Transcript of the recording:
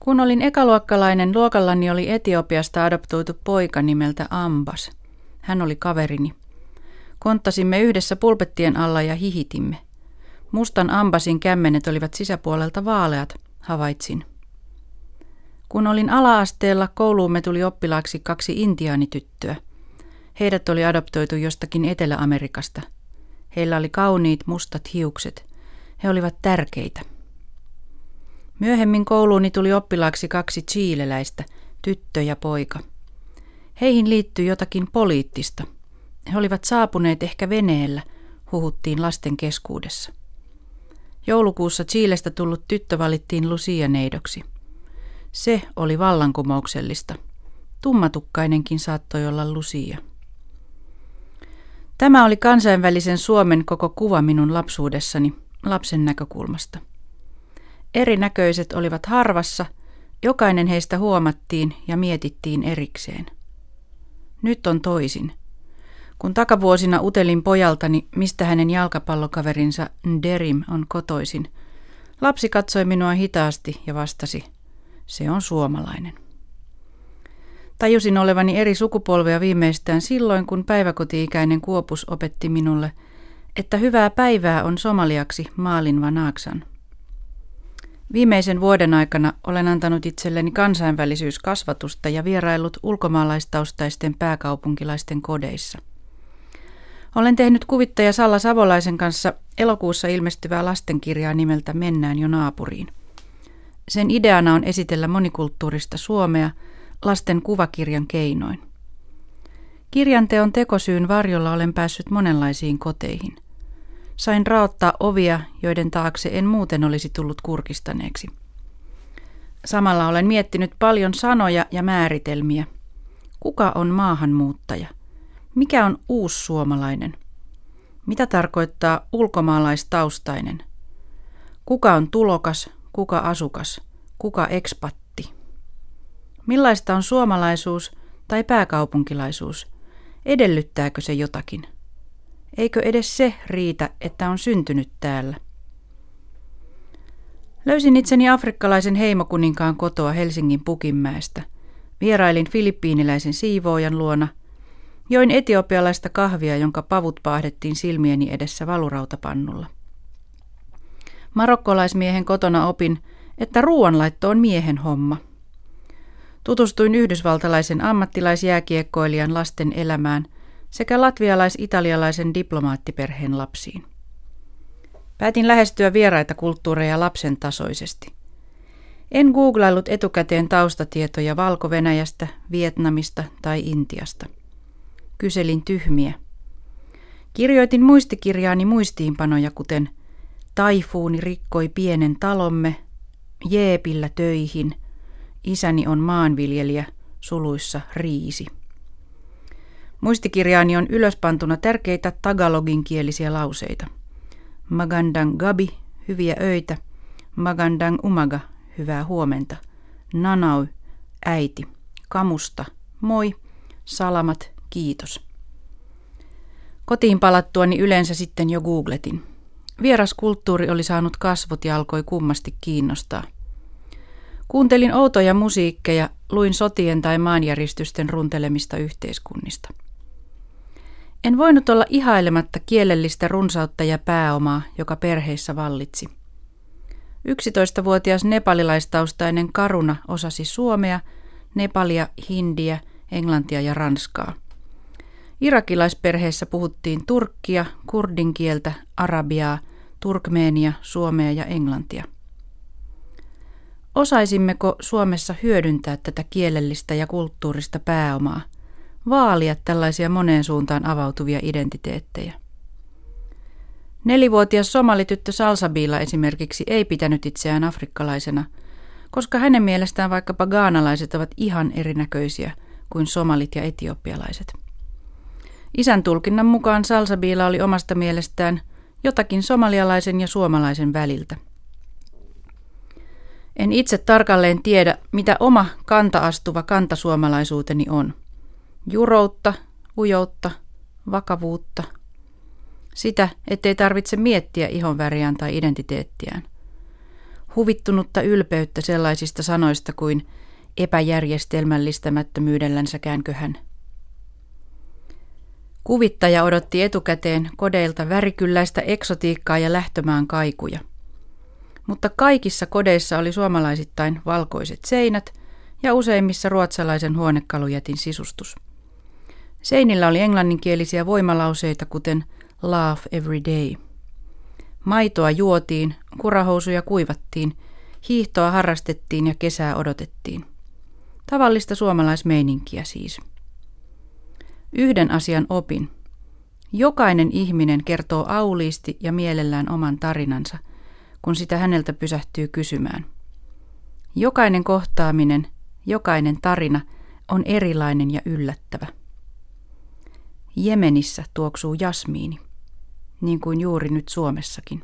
Kun olin ekaluokkalainen, luokallani oli Etiopiasta adoptoitu poika nimeltä Ambas. Hän oli kaverini. Konttasimme yhdessä pulpettien alla ja hihitimme. Mustan Ambasin kämmenet olivat sisäpuolelta vaaleat, havaitsin. Kun olin ala-asteella, kouluumme tuli oppilaaksi 2 intiaanityttöä. Heidät oli adoptoitu jostakin Etelä-Amerikasta. Heillä oli kauniit mustat hiukset. He olivat tärkeitä. Myöhemmin kouluuni tuli oppilaaksi 2 chileläistä, tyttö ja poika. Heihin liittyi jotakin poliittista. He olivat saapuneet ehkä veneellä, huhuttiin lasten keskuudessa. Joulukuussa Chilestä tullut tyttö valittiin Lucia-neidoksi. Se oli vallankumouksellista. Tummatukkainenkin saattoi olla Lucia. Tämä oli kansainvälisen Suomen koko kuva minun lapsuudessani, lapsen näkökulmasta. Erinäköiset olivat harvassa, jokainen heistä huomattiin ja mietittiin erikseen. Nyt on toisin. Kun takavuosina utelin pojaltani, mistä hänen jalkapallokaverinsa Nderim on kotoisin, lapsi katsoi minua hitaasti ja vastasi, se on suomalainen. Tajusin olevani eri sukupolvea viimeistään silloin, kun päiväkoti-ikäinen Kuopus opetti minulle, että hyvää päivää on somaliaksi Maalin Vanaaksan. Viimeisen vuoden aikana olen antanut itselleni kansainvälisyyskasvatusta ja vieraillut ulkomaalaistaustaisten pääkaupunkilaisten kodeissa. Olen tehnyt kuvittaja Salla Savolaisen kanssa elokuussa ilmestyvää lastenkirjaa nimeltä Mennään jo naapuriin. Sen ideana on esitellä monikulttuurista Suomea lasten kuvakirjan keinoin. Kirjanteon tekosyyn varjolla olen päässyt monenlaisiin koteihin. Sain raottaa ovia, joiden taakse en muuten olisi tullut kurkistaneeksi. Samalla olen miettinyt paljon sanoja ja määritelmiä. Kuka on maahanmuuttaja? Mikä on uussuomalainen? Mitä tarkoittaa ulkomaalaistaustainen? Kuka on tulokas, kuka asukas, kuka ekspatti? Millaista on suomalaisuus tai pääkaupunkilaisuus? Edellyttääkö se jotakin? Eikö edes se riitä, että on syntynyt täällä? Löysin itseni afrikkalaisen heimokuninkaan kotoa Helsingin Pukinmäestä. Vierailin filippiiniläisen siivoojan luona. Join etiopialaista kahvia, jonka pavut paahdettiin silmieni edessä valurautapannulla. Marokkolaismiehen kotona opin, että ruoanlaitto on miehen homma. Tutustuin yhdysvaltalaisen ammattilaisjääkiekkoilijan lasten elämään sekä latvialais-italialaisen diplomaattiperheen lapsiin. Päätin lähestyä vieraita kulttuureja lapsen tasoisesti. En googlaillut etukäteen taustatietoja Valko-Venäjästä, Vietnamista tai Intiasta. Kyselin tyhmiä. Kirjoitin muistikirjaani muistiinpanoja, kuten taifuuni rikkoi pienen talomme, jeepillä töihin, isäni on maanviljelijä, suluissa riisi. Muistikirjaani on ylöspantuna tärkeitä tagalogin-kielisiä lauseita. Magandang gabi, hyviä öitä. Magandang umaga, hyvää huomenta. Nanau, äiti. Kamusta, moi. Salamat, kiitos. Kotiin palattuani yleensä sitten jo googletin. Vieras kulttuuri oli saanut kasvot ja alkoi kummasti kiinnostaa. Kuuntelin outoja musiikkeja, luin sotien tai maanjäristysten runtelemista yhteiskunnista. En voinut olla ihailematta kielellistä runsautta ja pääomaa, joka perheissä vallitsi. 11-vuotias nepalilaistaustainen Karuna osasi suomea, nepalia, hindiä, englantia ja ranskaa. Irakilaisperheessä puhuttiin turkkia, kurdin kieltä, arabiaa, turkmeenia, suomea ja englantia. Osaisimmeko Suomessa hyödyntää tätä kielellistä ja kulttuurista pääomaa, vaalia tällaisia moneen suuntaan avautuvia identiteettejä? 4-vuotias somalityttö Salsabila esimerkiksi ei pitänyt itseään afrikkalaisena, koska hänen mielestään vaikkapa ghanalaiset ovat ihan erinäköisiä kuin somalit ja etiopialaiset. Isän tulkinnan mukaan Salsabila oli omasta mielestään jotakin somalialaisen ja suomalaisen väliltä. En itse tarkalleen tiedä, mitä oma kanta-astuva kantasuomalaisuuteni on. Juroutta, ujoutta, vakavuutta. Sitä, ettei tarvitse miettiä ihonväriään tai identiteettiään. huvittunutta ylpeyttä sellaisista sanoista kuin epäjärjestelmällistämättömyydellänsä hän. Kuvittaja odotti etukäteen kodeilta värikylläistä eksotiikkaa ja lähtömaan kaikuja. Mutta kaikissa kodeissa oli suomalaisittain valkoiset seinät ja useimmissa ruotsalaisen huonekalujätin sisustus. Seinillä oli englanninkielisiä voimalauseita, kuten laugh every day. Maitoa juotiin, kurahousuja kuivattiin, hiihtoa harrastettiin ja kesää odotettiin. Tavallista suomalaismeininkiä siis. Yhden asian opin. Jokainen ihminen kertoo auliisti ja mielellään oman tarinansa, kun sitä häneltä pysähtyy kysymään. Jokainen kohtaaminen, jokainen tarina on erilainen ja yllättävä. Jemenissä tuoksuu jasmiini, niin kuin juuri nyt Suomessakin.